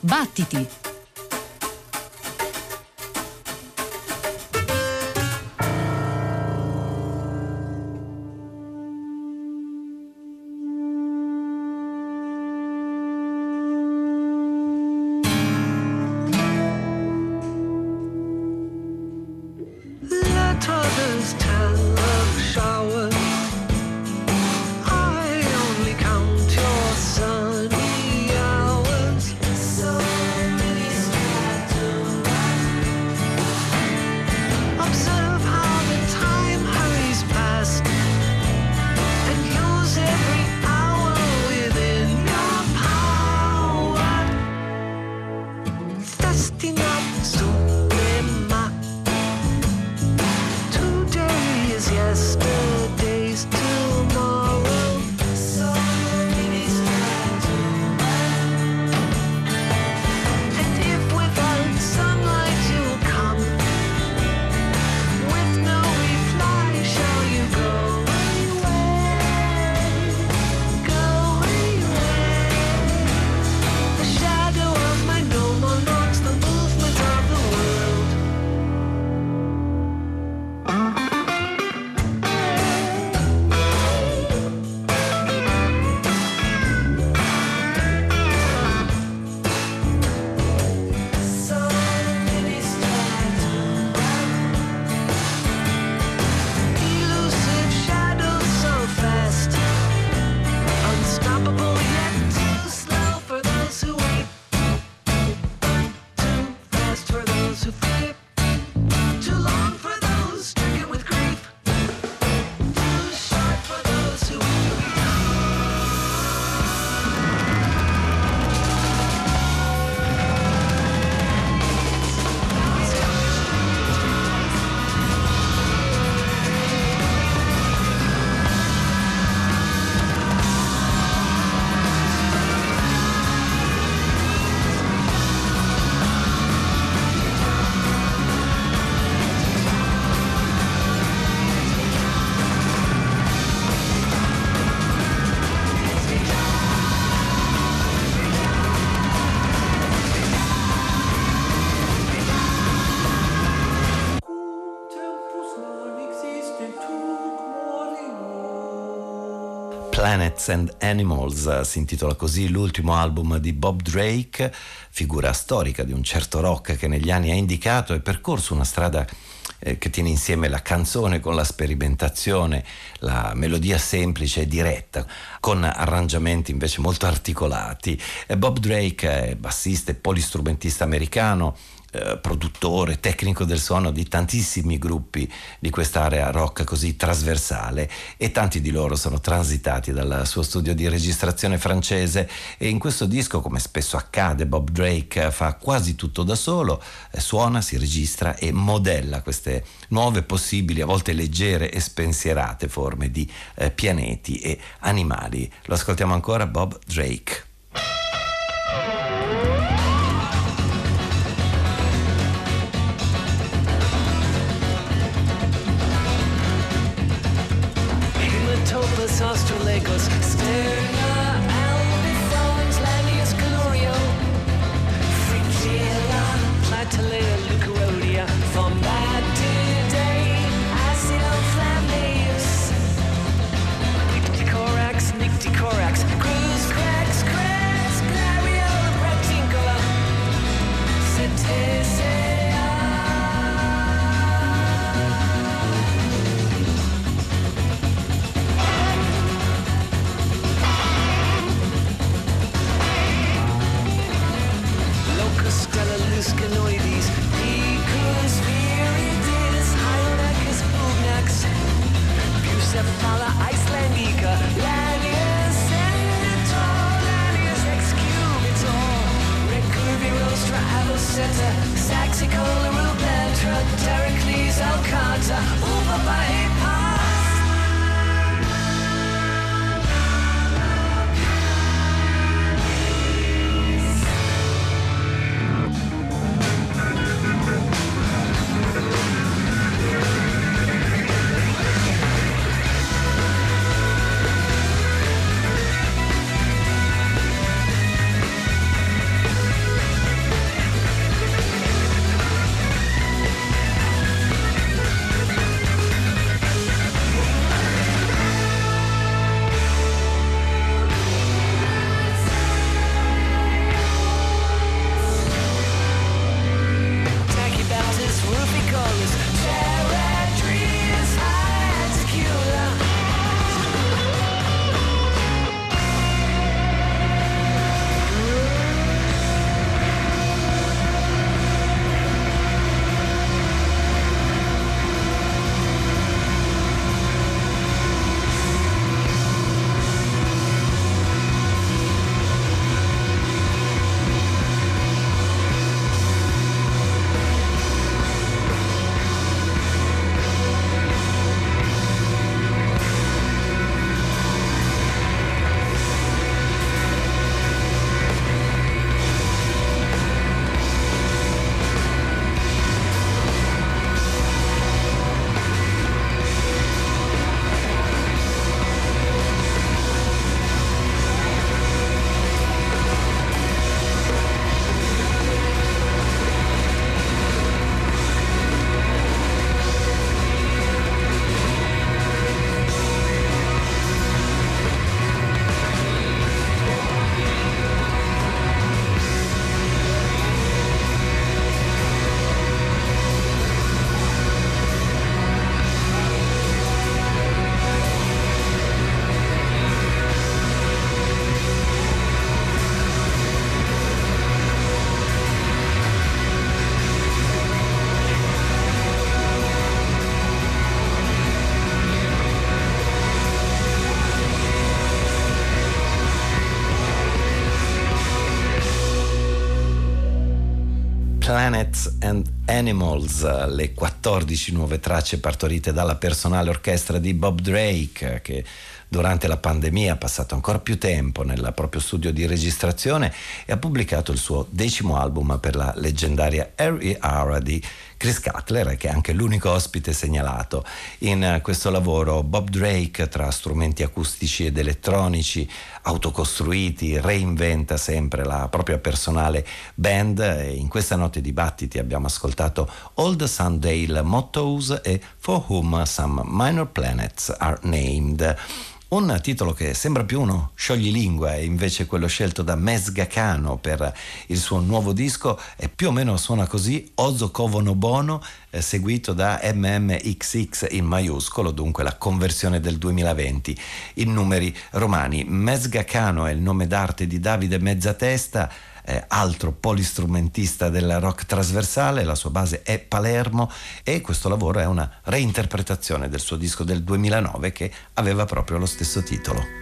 Battiti! Planets and Animals si intitola così l'ultimo album di Bob Drake, figura storica di un certo rock che negli anni ha indicato e percorso una strada che tiene insieme la canzone con la sperimentazione, la melodia semplice e diretta, con arrangiamenti invece molto articolati. Bob Drake è bassista e polistrumentista americano, produttore, tecnico del suono di tantissimi gruppi di quest'area rock così trasversale, e tanti di loro sono transitati dal suo studio di registrazione francese. E in questo disco, come spesso accade, Bob Drake fa quasi tutto da solo, suona, si registra e modella queste nuove, possibili, a volte leggere e spensierate forme di pianeti e animali. Lo ascoltiamo ancora, Bob Drake. Australagos, Sterna, Albifrons, Lanius, Calorio, Frigilla, Platalea, Lucarodia, Fombatidae, Acinophlameus, Nycticorax, Nycticorax, Cruz, Crax, Crax, Glariola, Bractingula, Cetacea. Luscanoides, Picus, Viridis, Hyonacus, Pugnax, Bucephala, Icelandica, Lanius, Senator, Lanius, Excubitor, Recurvi, Rostra, Avocetta, Saxicola, Rubentra, Terracles, Alcanta, Ubabae, Planets and Animals, le 14 nuove tracce partorite dalla personale orchestra di Bob Drake, che durante la pandemia ha passato ancora più tempo nel proprio studio di registrazione e ha pubblicato il suo 10° album per la leggendaria R.E.R. di Chris Cutler, che è anche l'unico ospite segnalato in questo lavoro. Bob Drake, tra strumenti acustici ed elettronici autocostruiti, reinventa sempre la propria personale band, e in questa notte di battiti abbiamo ascoltato Old Sundale Mottos e For Whom Some Minor Planets Are Named. Un titolo che sembra più uno scioglilingua, e invece quello scelto da Mezga Kano per il suo nuovo disco è più o meno suona così: Ozo Kovono Bono, seguito da MMXX in maiuscolo, dunque la conversione del 2020 in numeri romani. Mezga Kano è il nome d'arte di Davide Mezzatesta, altro polistrumentista del rock trasversale. La sua base è Palermo e questo lavoro è una reinterpretazione del suo disco del 2009 che aveva proprio lo stesso titolo.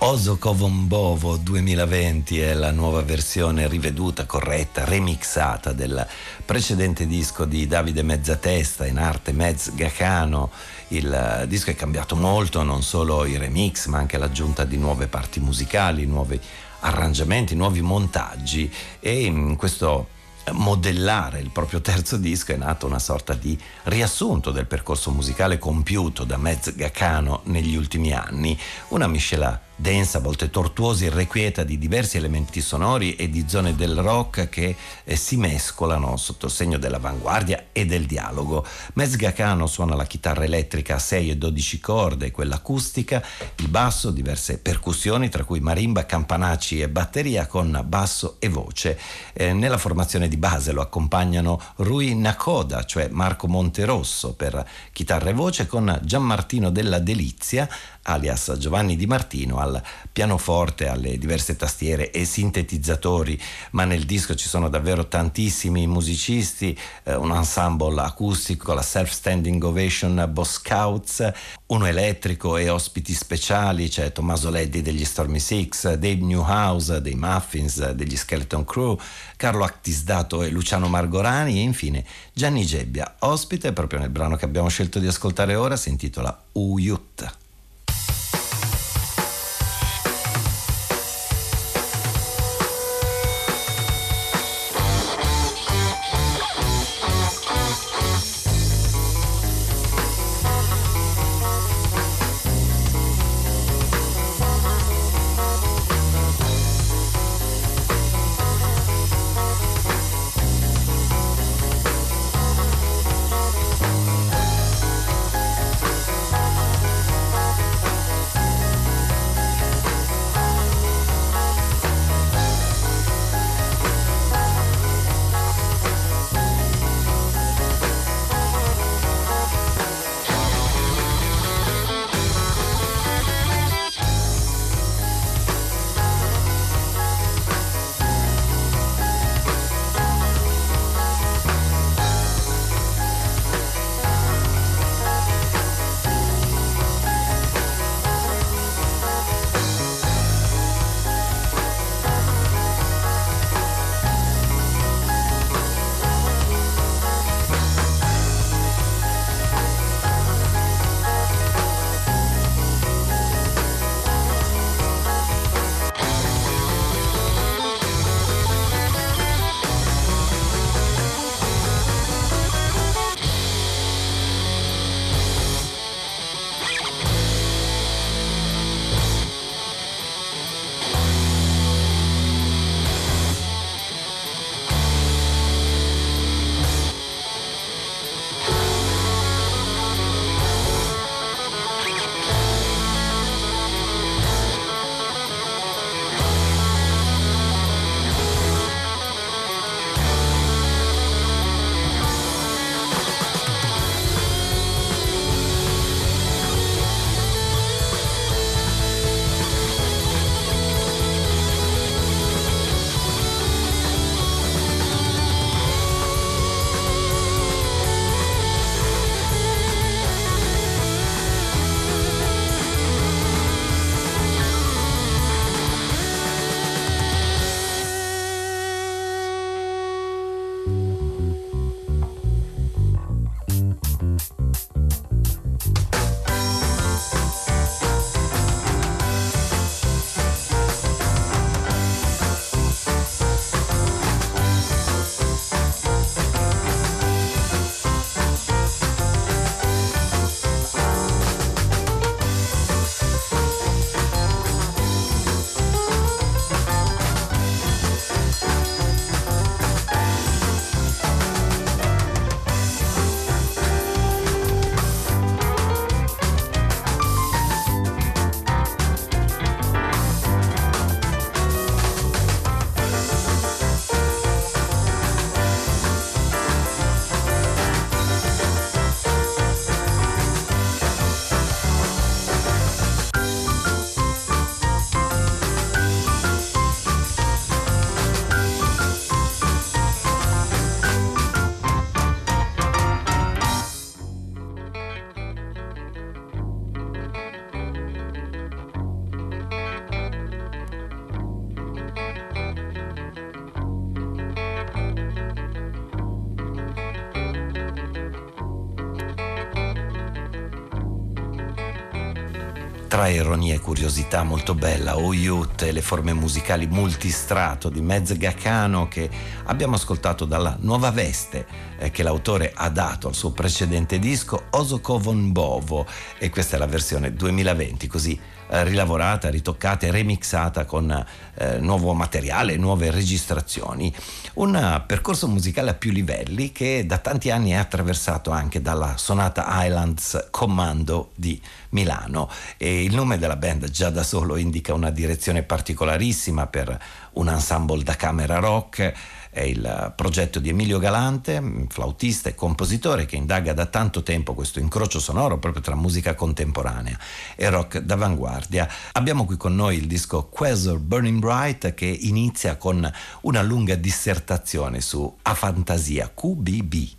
Oso Kovombovo 2020 è la nuova versione riveduta, corretta, remixata del precedente disco di Davide Mezzatesta, in arte Mez Gacano. Il disco è cambiato molto, non solo i remix ma anche l'aggiunta di nuove parti musicali, nuovi arrangiamenti, nuovi montaggi, e in questo modellare il proprio terzo disco è nato una sorta di riassunto del percorso musicale compiuto da Mez Gacano negli ultimi anni, una miscela densa, a volte tortuosa, irrequieta di diversi elementi sonori e di zone del rock che si mescolano sotto il segno dell'avanguardia e del dialogo. Mez Gacano suona la chitarra elettrica a 6 e 12 corde, quella acustica, il basso, diverse percussioni tra cui marimba, campanacci e batteria con basso e voce. Nella formazione di base lo accompagnano Rui Nakoda, cioè Marco Monterosso, per chitarra e voce, con Gianmartino della Delizia alias Giovanni Di Martino al pianoforte, alle diverse tastiere e sintetizzatori. Ma nel disco ci sono davvero tantissimi musicisti, un ensemble acustico, la Self Standing Ovation Boss Scouts, uno elettrico e ospiti speciali, c'è Tommaso Leddi degli Stormy Six, Dave Newhouse dei Muffins, degli Skeleton Crew, Carlo Actisdato e Luciano Margorani, e infine Gianni Gebbia, ospite proprio nel brano che abbiamo scelto di ascoltare ora, si intitola Uyut. tra ironia e curiosità molto bella, O Youth e le forme musicali multistrato di Mez Gacano, che abbiamo ascoltato dalla nuova veste che l'autore ha dato al suo precedente disco Osoko von Bovo, e questa è la versione 2020, così rilavorata, ritoccata e remixata con nuovo materiale, nuove registrazioni. Un percorso musicale a più livelli che da tanti anni è attraversato anche dalla Sonata Islands Commando di Milano, e il nome della band già da solo indica una direzione particolarissima per un ensemble da camera rock. È il progetto di Emilio Galante, flautista e compositore, che indaga da tanto tempo questo incrocio sonoro proprio tra musica contemporanea e rock d'avanguardia. Abbiamo qui con noi il disco Quasar Burning Bright, che inizia con una lunga dissertazione su afantasia QBB.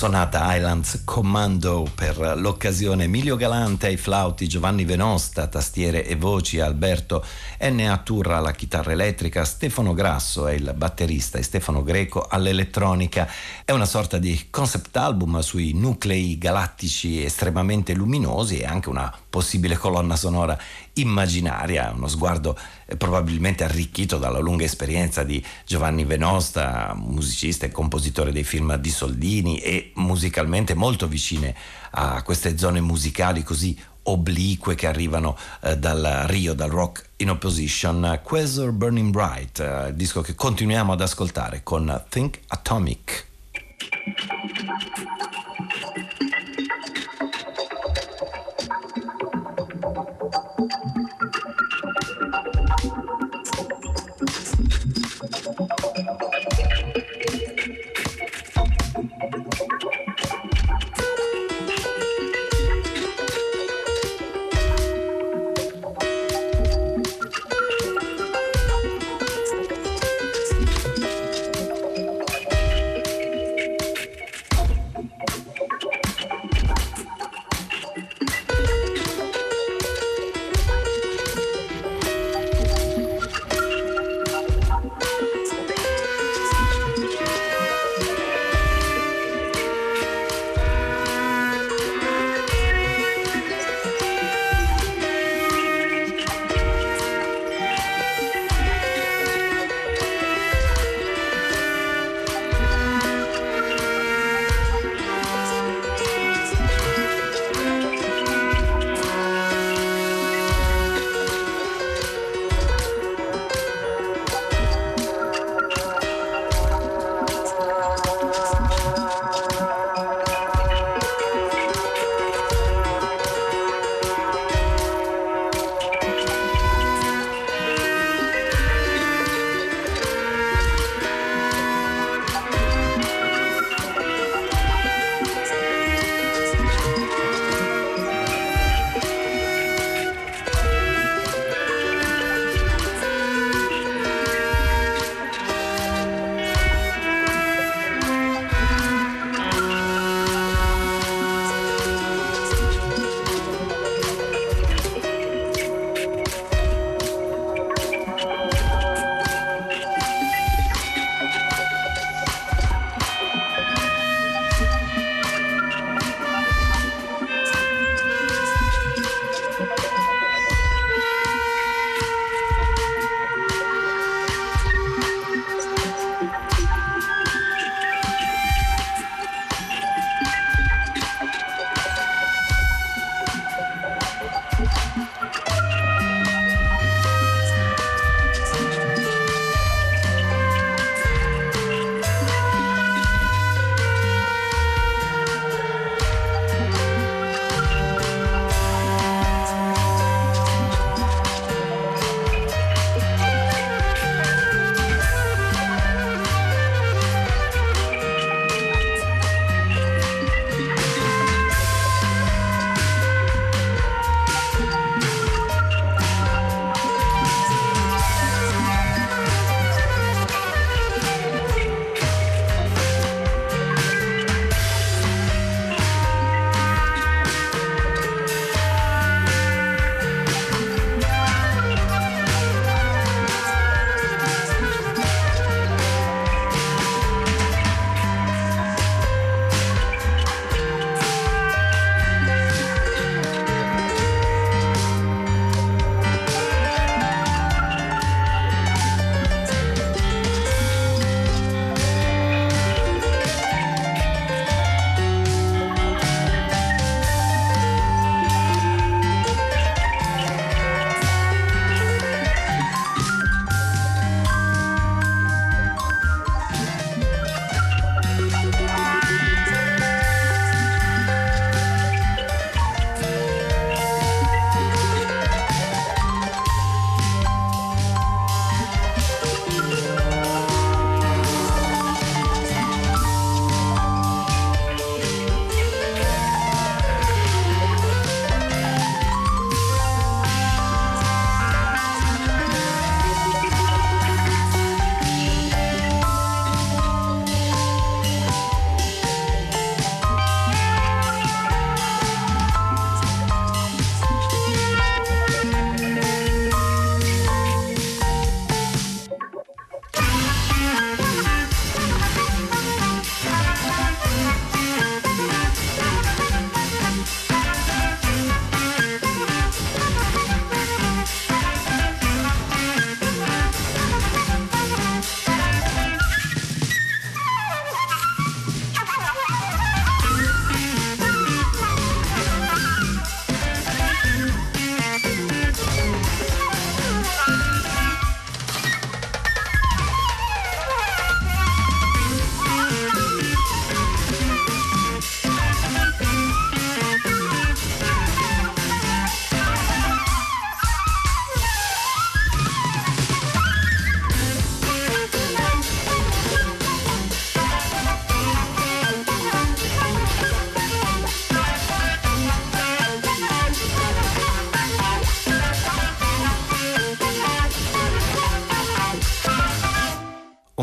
Sonata Islands Commando per l'occasione. Emilio Galante ai flauti, Giovanni Venosta tastiere e voci, Alberto N.A. Turra alla chitarra elettrica, Stefano Grasso è il batterista e Stefano Greco all'elettronica. È una sorta di concept album sui nuclei galattici estremamente luminosi e anche una possibile colonna sonora immaginaria, uno sguardo probabilmente arricchito dalla lunga esperienza di Giovanni Venosta, musicista e compositore dei film di Soldini e musicalmente molto vicine a queste zone musicali così oblique che arrivano dal Rio, dal rock in opposition. Quasar Burning Bright, il disco che continuiamo ad ascoltare con Think Atomic.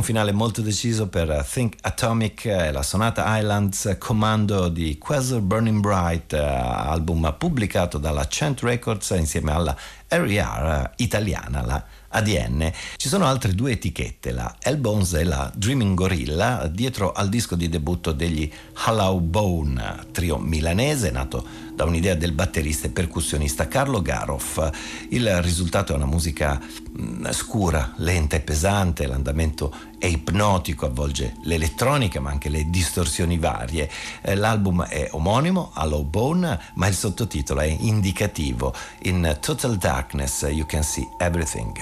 un finale molto deciso per Think Atomic e la sonata Islands Commando di Quasar Burning Bright, album pubblicato dalla Chant Records insieme alla RER italiana, la ADN. Ci sono altre due etichette, la Hellbones e la Dreaming Gorilla, dietro al disco di debutto degli Hollow Bone, trio milanese nato da un'idea del batterista e percussionista Carlo Garoff. Il risultato è una musica scura, lenta e pesante, l'andamento è ipnotico, avvolge l'elettronica ma anche le distorsioni varie. L'album è omonimo, Hollow Bone, ma il sottotitolo è indicativo: In Total Darkness You Can See Everything.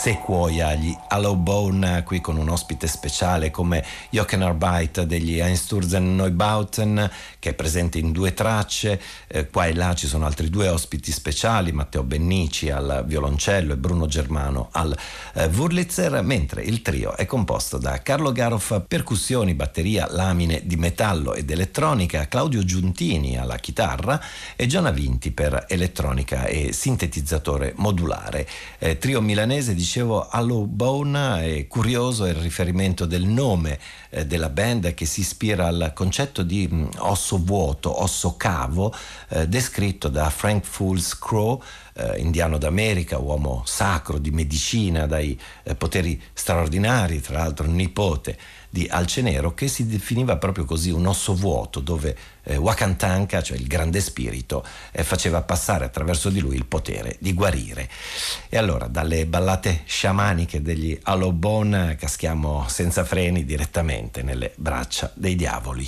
sequoia agli Hollow Bone, qui con un ospite speciale come Jochen Arbeit degli Einsturzen Neubauten, che è presente in 2 tracce. Qua e là ci sono altri 2 ospiti speciali, Matteo Bennici al violoncello e Bruno Germano al Wurlitzer, mentre il trio è composto da Carlo Garoff percussioni, batteria, lamine di metallo ed elettronica, Claudio Giuntini alla chitarra e Gianna Vinti per elettronica e sintetizzatore modulare. Trio milanese, dicevo, Hollow Bone. È curioso il riferimento del nome della band, che si ispira al concetto di osso vuoto, osso cavo, descritto da Frank Fools Crow, indiano d'America, uomo sacro di medicina dai poteri straordinari, tra l'altro nipote di Alcenero, che si definiva proprio così, un osso vuoto, dove Wakantanka, cioè il grande spirito, faceva passare attraverso di lui il potere di guarire. E allora, dalle ballate sciamaniche degli Hollow Bone caschiamo senza freni direttamente nelle braccia dei diavoli.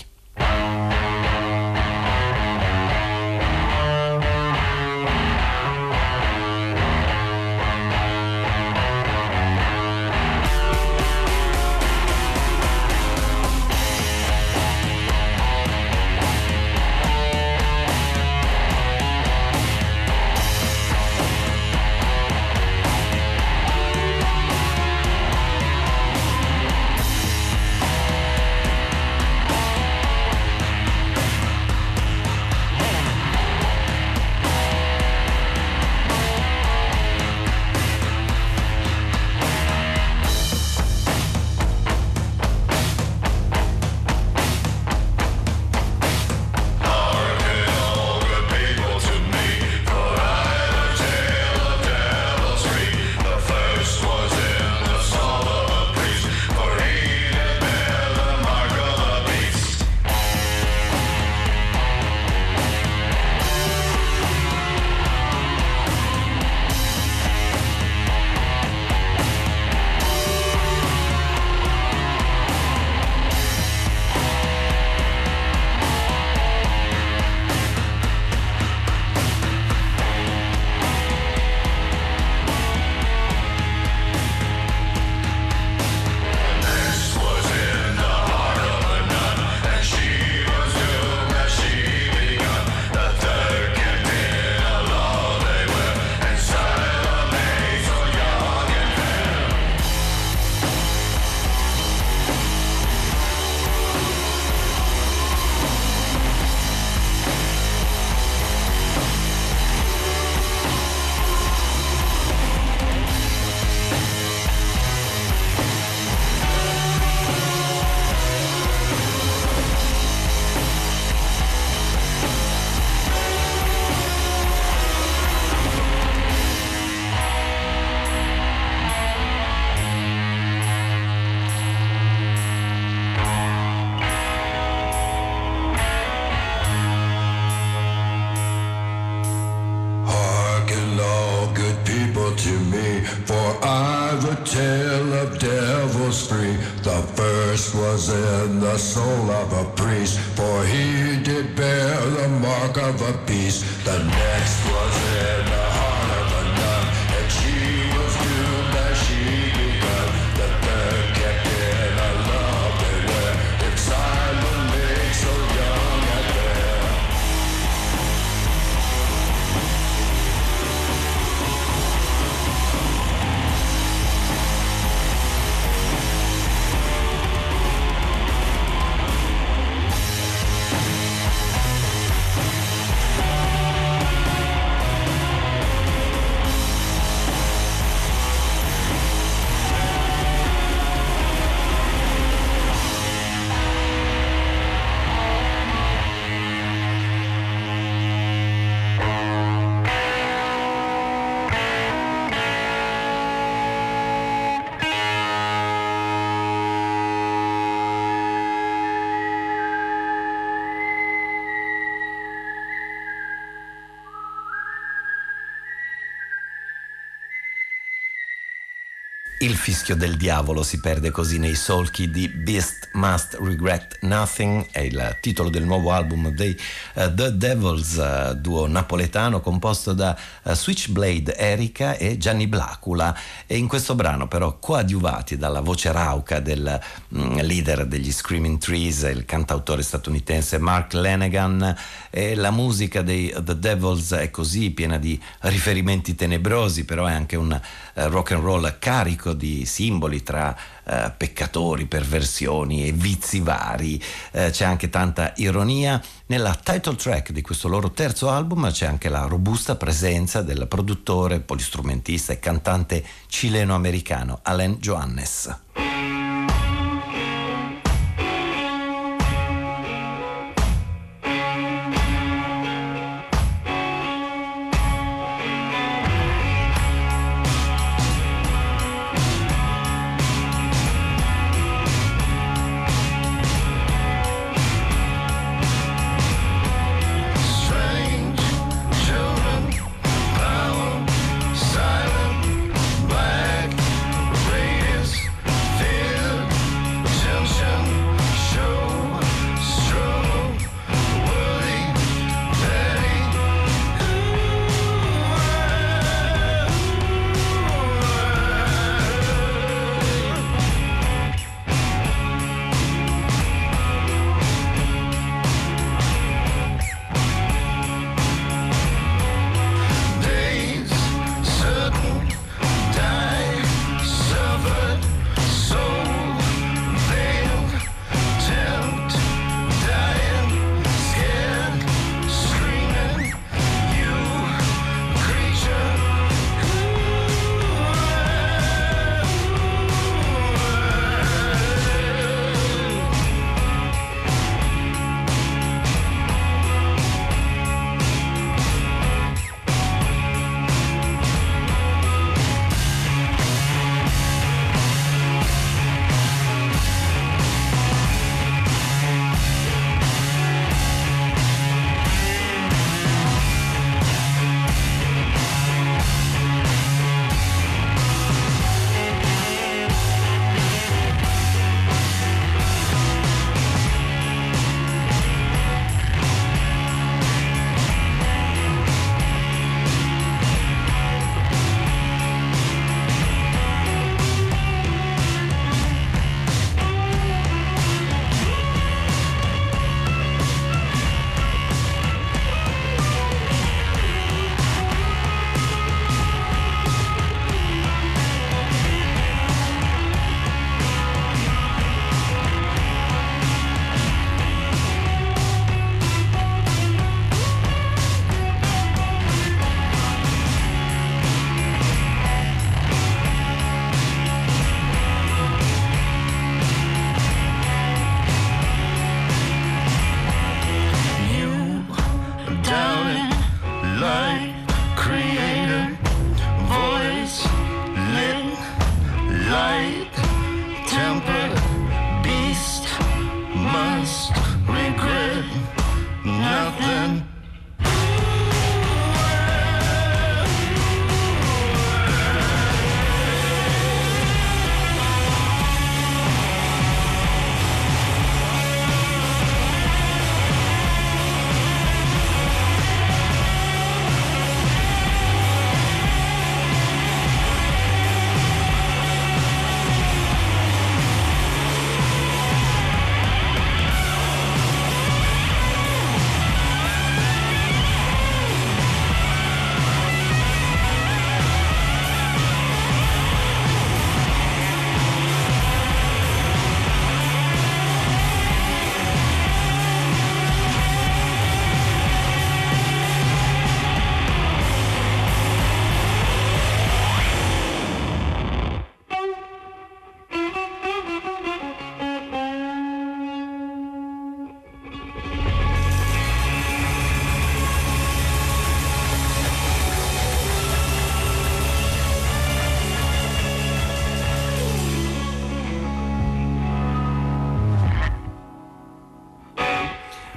Was in the soul of a priest, for he did bear the mark of a beast. The next was in the heart of a nun, and she was doomed as she begun. The third kept in a love beware, if Simon made so young and fair. Il fischio del diavolo si perde così nei solchi di Beast Must Regret Nothing, è il titolo del nuovo album dei The Devils, duo napoletano composto da Switchblade Erika e Gianni Blacula, e in questo brano però coadiuvati dalla voce rauca del leader degli Screaming Trees, il cantautore statunitense Mark Lanegan. E la musica dei The Devils è così piena di riferimenti tenebrosi, però è anche un rock and roll carico di simboli tra peccatori, perversioni e vizi vari. C'è anche tanta ironia. Nella title track di questo loro terzo album c'è anche la robusta presenza del produttore, polistrumentista e cantante cileno-americano Alain Johannes. Silent, black, radius,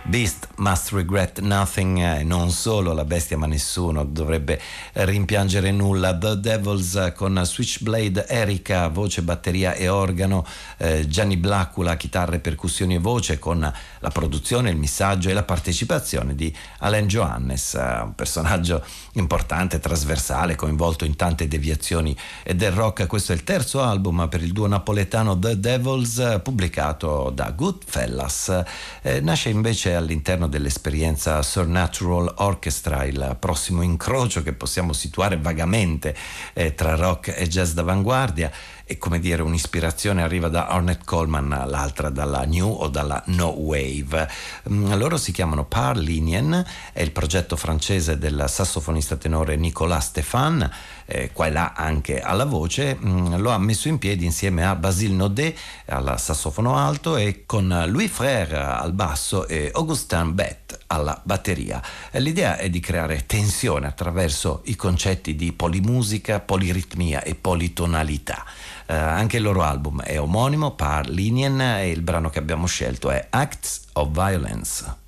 Beast must regret nothing, non solo la bestia ma nessuno dovrebbe rimpiangere nulla. The Devils con Switchblade, Erika voce, batteria e organo, Gianni Blaccula chitarre, percussioni e voce, con la produzione, il missaggio e la partecipazione di Alain Johannes, un personaggio importante, trasversale, coinvolto in tante deviazioni del rock. Questo è il terzo album per il duo napoletano The Devils, pubblicato da Goodfellas. Nasce invece all'interno dell'esperienza Supernatural Orchestra, il prossimo incrocio che possiamo situare vagamente tra rock e jazz d'avanguardia. E come dire, un'ispirazione arriva da Ornette Coleman, l'altra dalla New o dalla No Wave. Loro si chiamano Par Linien, è il progetto francese del sassofonista tenore Nicolas Stéphane, qua e là anche alla voce. Lo ha messo in piedi insieme a Basile Naudet al sassofono alto e con Louis Frère al basso e Augustin Bette alla batteria. L'idea è di creare tensione attraverso i concetti di polimusica, poliritmia e politonalità. Anche il loro album è omonimo, Par Linien, e il brano che abbiamo scelto è Acts of Violence.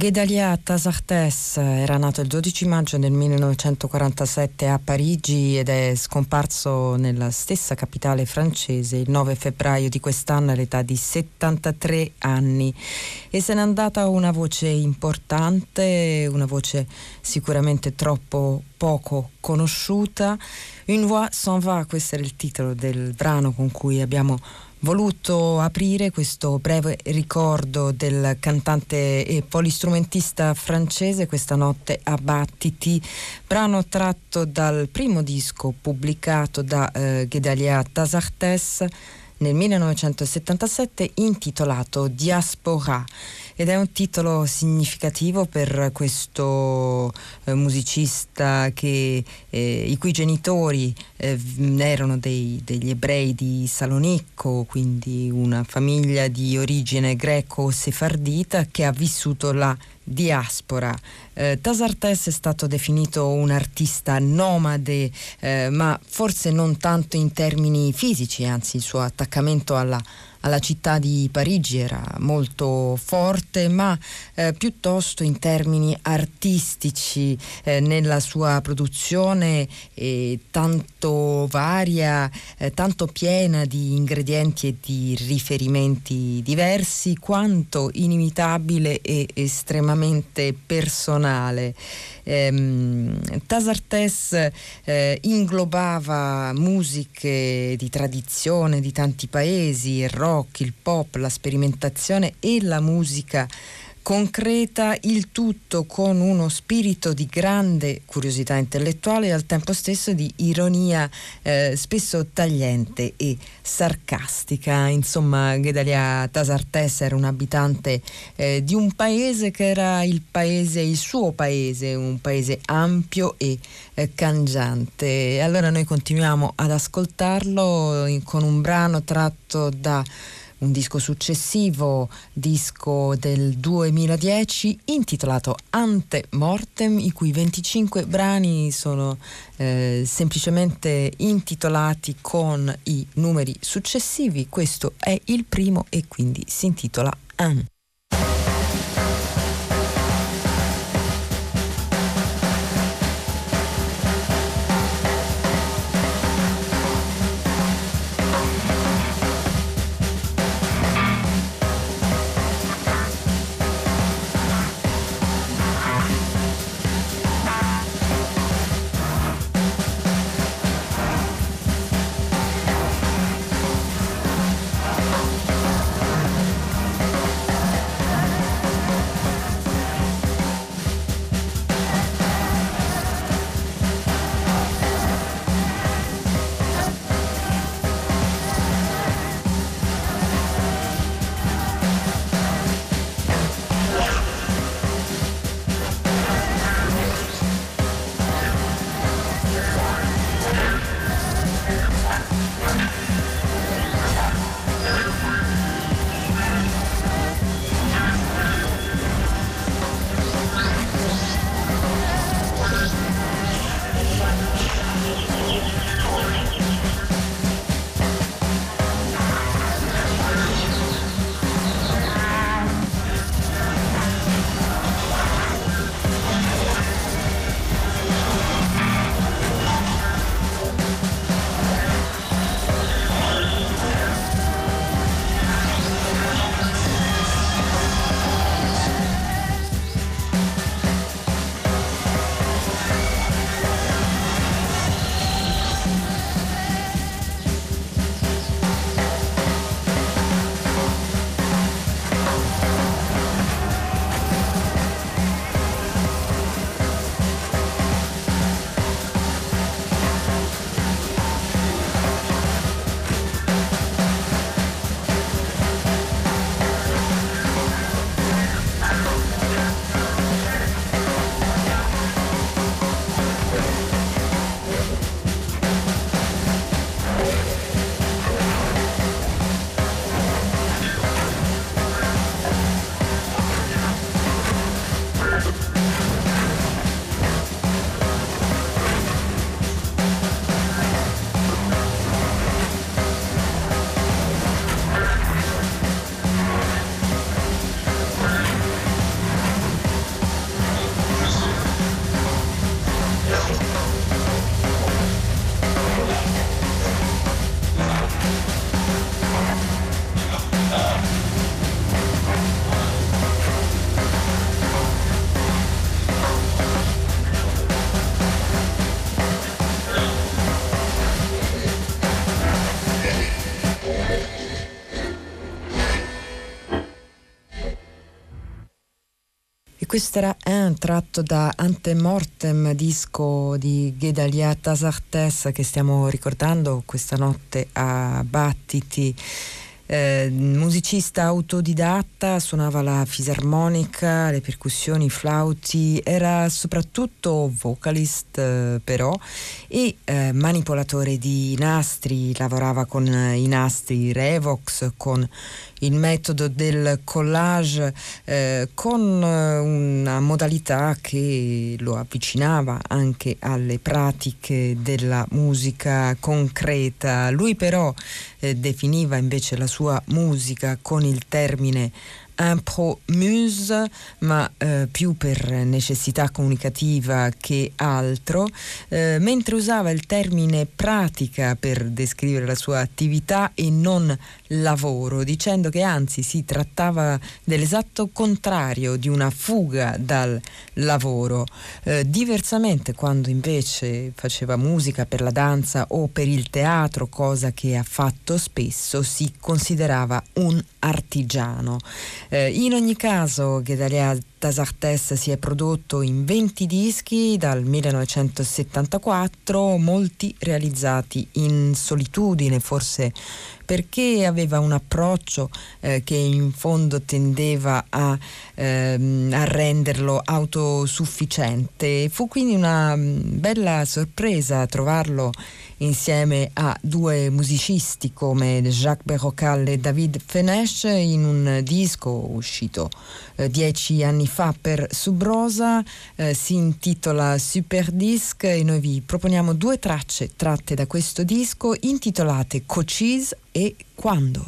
Guédalien Tasartès era nato il 12 maggio del 1947 a Parigi ed è scomparso nella stessa capitale francese il 9 febbraio di quest'anno all'età di 73 anni. E se n'è andata una voce importante, una voce sicuramente troppo poco conosciuta. Une voix s'en va, questo era il titolo del brano con cui abbiamo voluto aprire questo breve ricordo del cantante e polistrumentista francese Questa notte a battiti, brano tratto dal primo disco pubblicato da Guédalien Tasartès nel 1977 intitolato Diaspora, ed è un titolo significativo per questo musicista i cui genitori erano degli ebrei di Salonicco, quindi una famiglia di origine greco-sefardita che ha vissuto la diaspora. Tasartès è stato definito un artista nomade, ma forse non tanto in termini fisici, anzi il suo attaccamento alla città di Parigi era molto forte, ma piuttosto in termini artistici, nella sua produzione tanto varia, tanto piena di ingredienti e di riferimenti diversi, quanto inimitabile e estremamente personale. Tasartès inglobava musiche di tradizione di tanti paesi, il rock, il pop, la sperimentazione e la musica concreta, il tutto con uno spirito di grande curiosità intellettuale e al tempo stesso di ironia spesso tagliente e sarcastica. Insomma, Guédalien Tasartès era un abitante di un paese che era il suo paese, un paese ampio e cangiante. Allora noi continuiamo ad ascoltarlo con un brano tratto da un disco successivo, disco del 2010 intitolato Ante Mortem, i cui 25 brani sono semplicemente intitolati con i numeri successivi. Questo è il primo e quindi si intitola Un. Questo era un tratto da Antemortem, disco di Gedalia Tasartes che stiamo ricordando questa notte a Battiti. Musicista autodidatta, suonava la fisarmonica, le percussioni, i flauti, era soprattutto vocalist però e manipolatore di nastri, lavorava con i nastri Revox, con il metodo del collage, con una modalità che lo avvicinava anche alle pratiche della musica concreta. Lui però definiva invece la sua musica con il termine impro-muse, ma più per necessità comunicativa che altro, mentre usava il termine pratica per descrivere la sua attività e non lavoro, dicendo che anzi si trattava dell'esatto contrario, di una fuga dal lavoro. Diversamente, quando invece faceva musica per la danza o per il teatro, cosa che ha fatto spesso, si considerava un artigiano. In ogni caso, Gedalia Tasartes si è prodotto in 20 dischi dal 1974, molti realizzati in solitudine, forse perché aveva un approccio che in fondo tendeva a renderlo autosufficiente. Fu quindi una bella sorpresa trovarlo insieme a due musicisti come Jacques Berrocal e David Fenesch in un disco uscito 10 anni fa per Subrosa, si intitola Super Disc e noi vi proponiamo due tracce tratte da questo disco intitolate Cochise e Quando.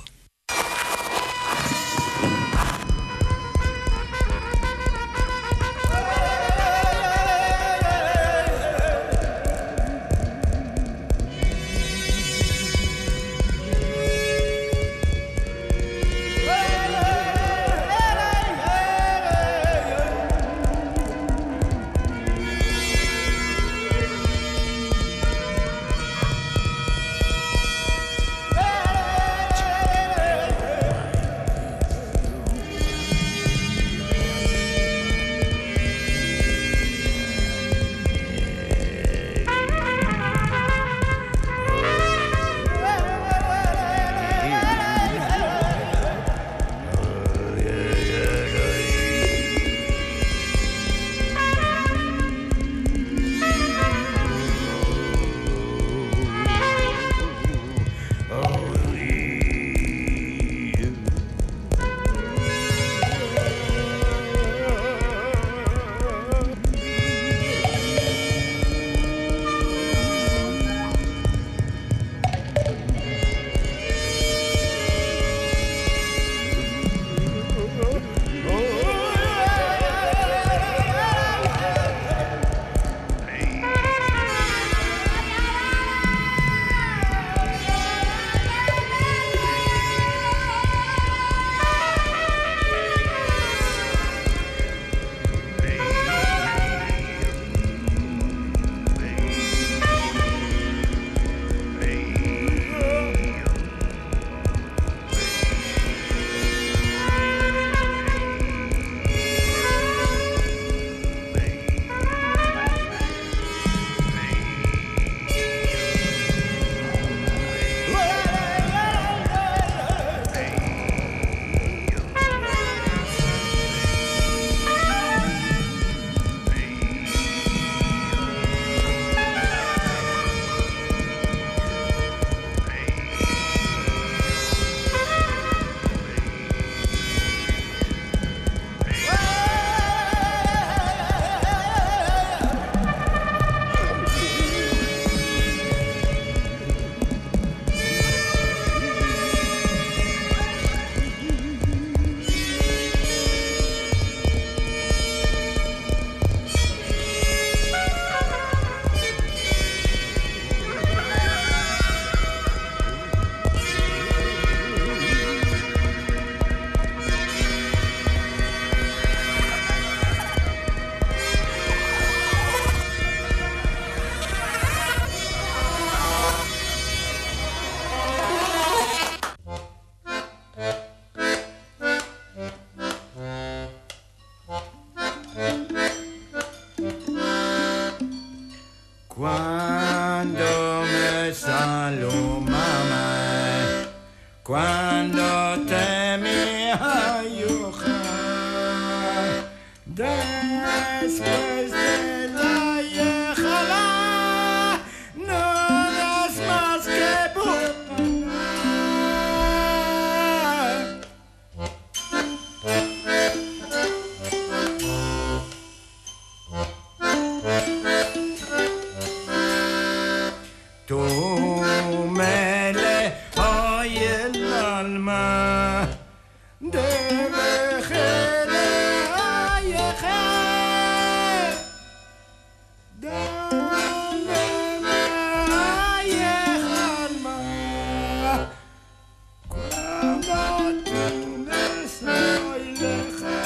Quando me salumame, quando te mi ayuja, después de la yejala, no das más que butana. Tu me le oye el alma de vejere ayeje, dale me ayeje alma cuando tú me soy leje.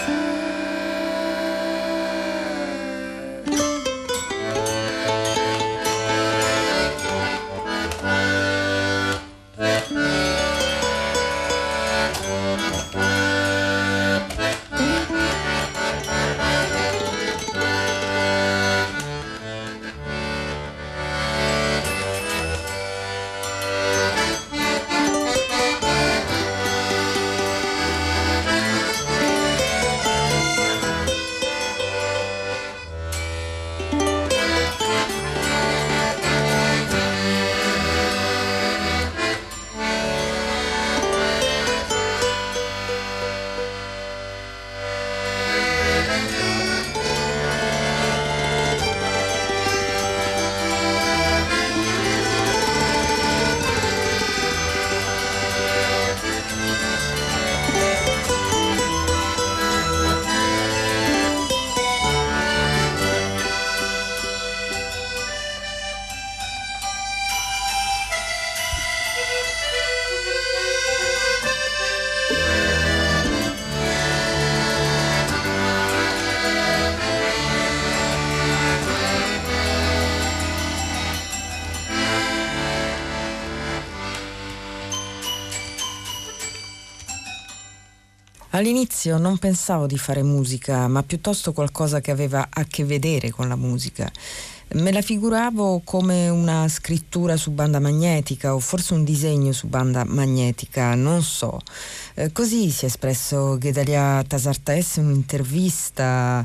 All'inizio non pensavo di fare musica, ma piuttosto qualcosa che aveva a che vedere con la musica. Me la figuravo come una scrittura su banda magnetica o forse un disegno su banda magnetica, non so. Così si è espresso Gedalia Tasartes in un'intervista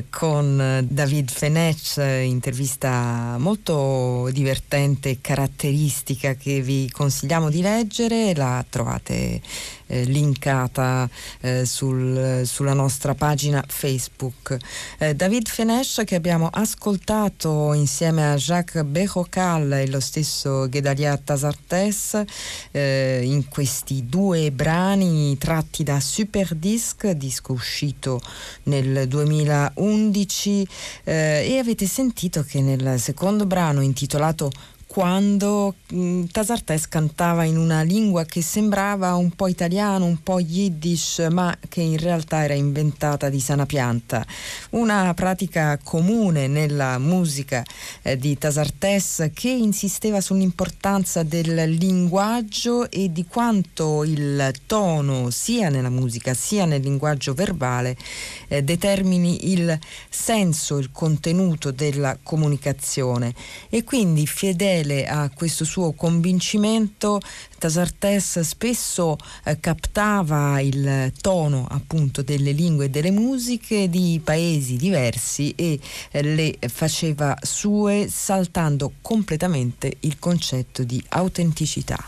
con David Fenech, intervista molto divertente e caratteristica che vi consigliamo di leggere. La trovate linkata sulla nostra pagina Facebook. David Fenech, che abbiamo ascoltato insieme a Jacques Bejocal e lo stesso Gedalia Tasartes in questi due brani tratti da Super disco uscito nel 2011, e avete sentito che nel secondo brano, intitolato Quando, Tasartes cantava in una lingua che sembrava un po' italiano, un po' yiddish, ma che in realtà era inventata di sana pianta. Una pratica comune nella musica di Tasartes, che insisteva sull'importanza del linguaggio e di quanto il tono, sia nella musica sia nel linguaggio verbale, determini il senso, il contenuto della comunicazione. E quindi, fedele a questo suo convincimento, Tasartes spesso captava il tono appunto delle lingue e delle musiche di paesi diversi e le faceva sue, saltando completamente il concetto di autenticità.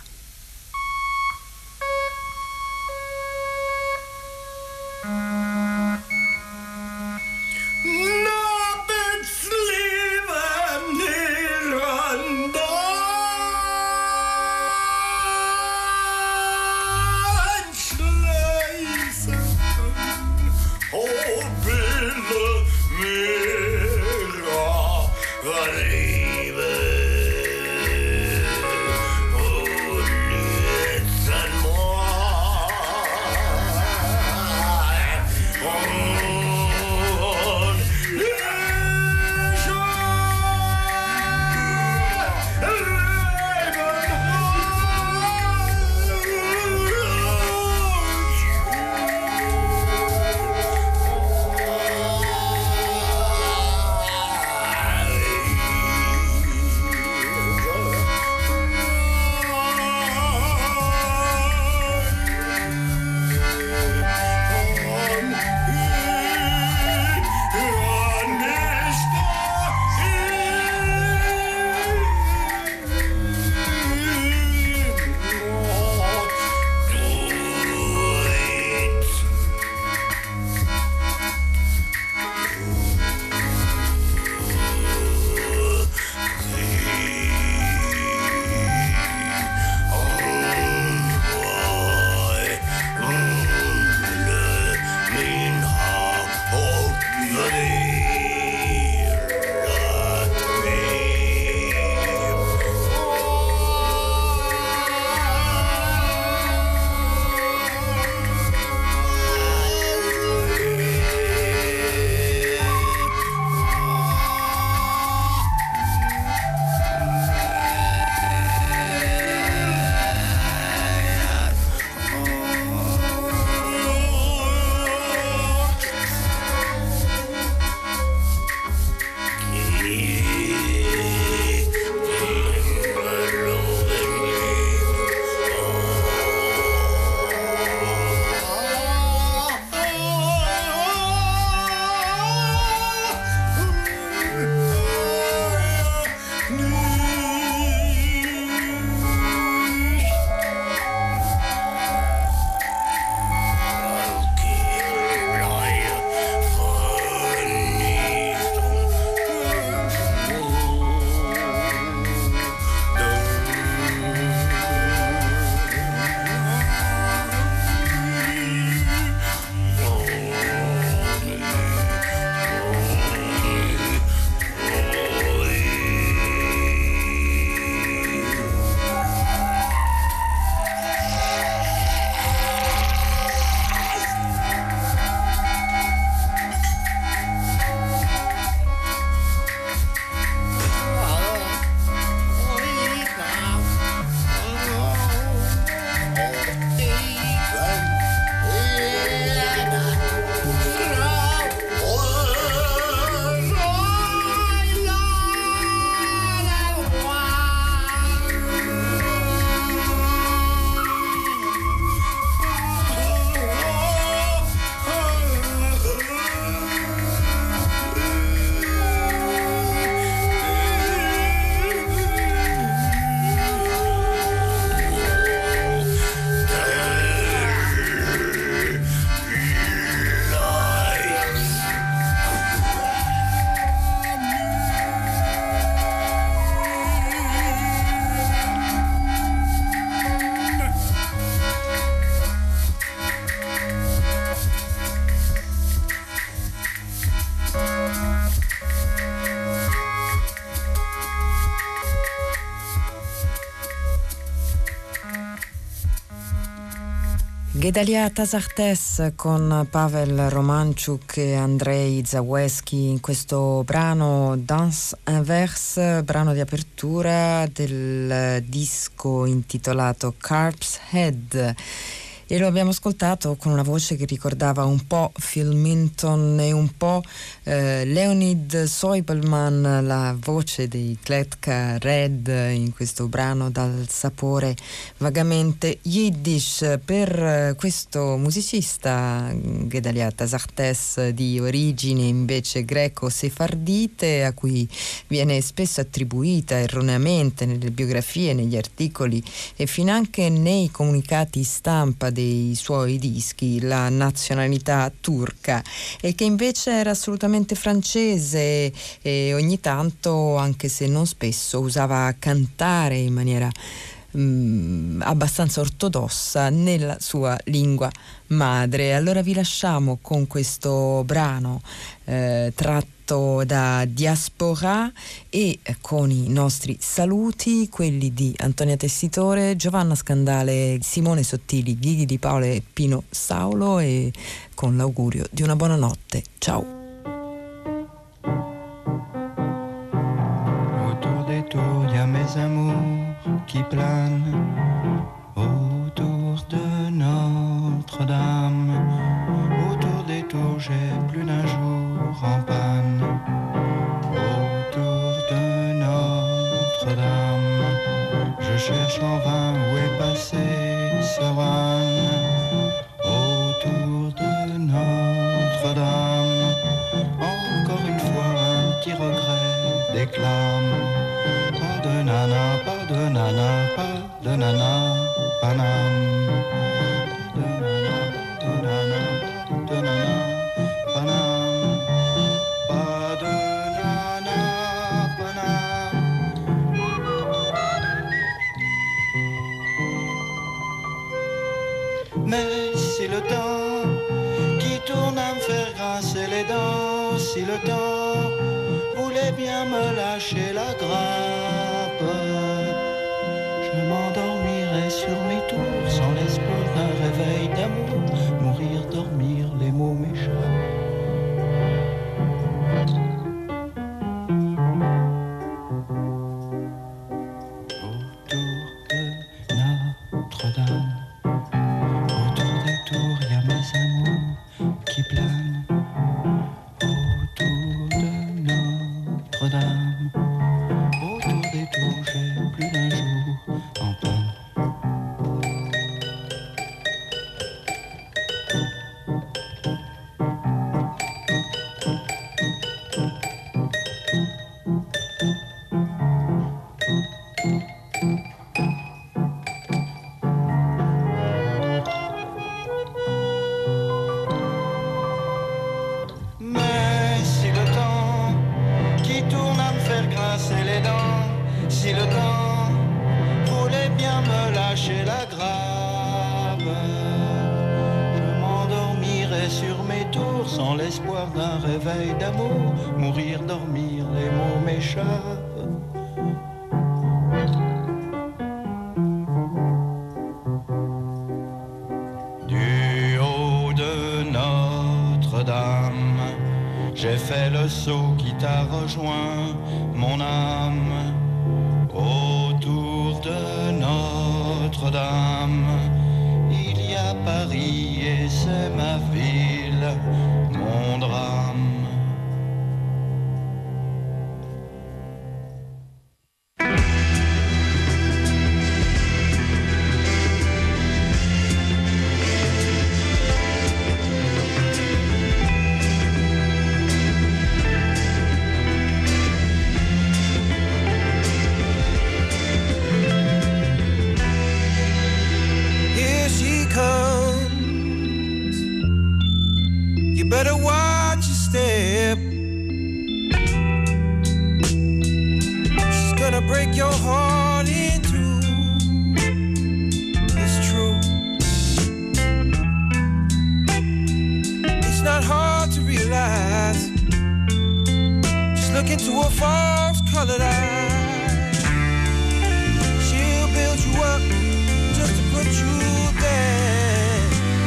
Gedalia Tazartes con Pavel Romanchuk e Andrei Zawesky in questo brano Danse Inverse, brano di apertura del disco intitolato Carp's Head. E lo abbiamo ascoltato con una voce che ricordava un po' Phil Minton e un po' Leonid Soibelman, la voce dei Kletka Red in questo brano dal sapore vagamente yiddish. Per questo musicista Gedalia Tazartes, di origini invece greco-sefardite, a cui viene spesso attribuita erroneamente nelle biografie, negli articoli e finanche nei comunicati stampa dei suoi dischi la nazionalità turca, e che invece era assolutamente francese e ogni tanto, anche se non spesso, usava cantare in maniera abbastanza ortodossa nella sua lingua madre. Allora vi lasciamo con questo brano tratto da Diaspora e con i nostri saluti, quelli di Antonia Tessitore, Giovanna Scandale, Simone Sottili, Ghighi Di Paolo e Pino Saulo, e con l'augurio di una buona notte. Ciao. Autour des tours, y a mes amours qui planent. Autour de Notre-Dame, autour des tours, j'ai plus d'un jour en panne. Autour de Notre-Dame, je cherche en vain où est passé Seuran. Autour de Notre-Dame, encore une fois un petit regret déclame. Pas de nana, pas de nana, pas de nana, Panam. Pas de nana, pas de nana, Panam. Pas de nana, Panam. Mais si le temps qui tourne à me faire grincer les dents, si le temps voulait bien me lâcher la grappe, je m'endormirai sur mes tours sans l'espoir d'un réveil d'amour. Mourir, dormir, les mots m'échappent. Autour de Notre-Dame, autour des tours, y a mes amours qui planent. Autour de Notre-Dame, autour des tours, j'ai plus d'un jour en panne. Mais si le temps qui tourne à me faire grincer les dents, si le temps voulait bien me lâcher la grappe, je m'endormirai sur mes tours sans l'espoir d'un réveil d'amour. Mourir, dormir, les mots m'échappent. Du haut de Notre-Dame, j'ai fait le saut qui t'a rejoint, mon âme. Autour de Notre-Dame, il y a Paris et c'est ma ville, mon drame. Here she comes. You better watch your step. She's gonna break your heart in two. It's true. It's not hard to realize. Just look into her false-colored eyes. She'll build you up just to put you down.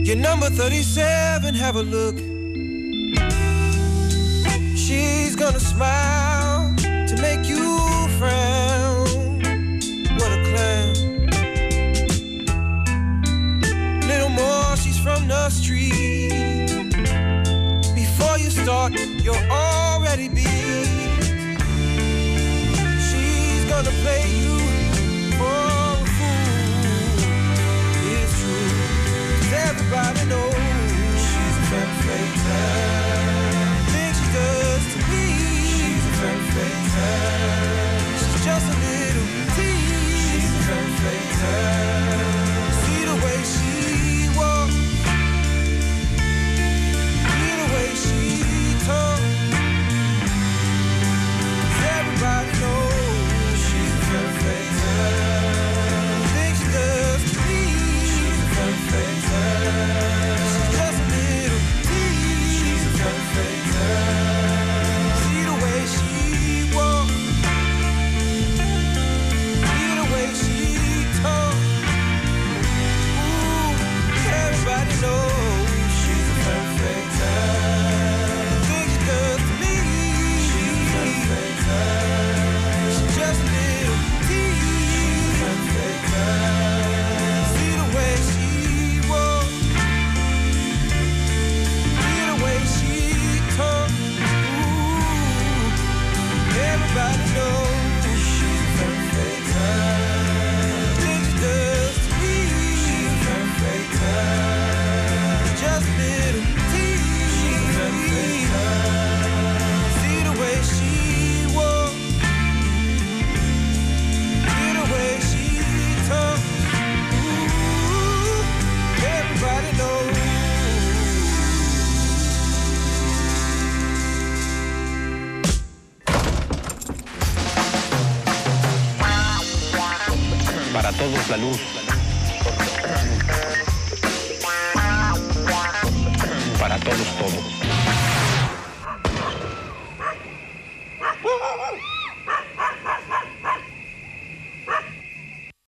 Your number 37, have a look. She's gonna smile to make you frown. What a clown. Little more, she's from the street. Before you start, you're already beat. She's gonna play you for a fool. It's true, 'cause everybody knows she's a femme fatale. Think she does to me. She's a femme fatale. She's just a little tease. She's a femme fatale. See the way she walks, see the way she talks. 'Cause everybody knows she's a femme fatale. Think she does to me. She's a femme fatale. She's just a little tease. She's a femme fatale. See the way she walks, see the way she talks. Ooh, everybody knows she's a femme fatale. Think she does to me. She's a femme fatale. She's just a little tease. She's a femme fatale. See the way she walks, see the way she talks. Ooh, everybody knows she's a femme fatale. Think she does to me. She's a femme fatale. Just a little tease. She's a femme fatale. See the way she walks, see the way she talks. Ooh, everybody knows. Para todos la luz. Para todos todo.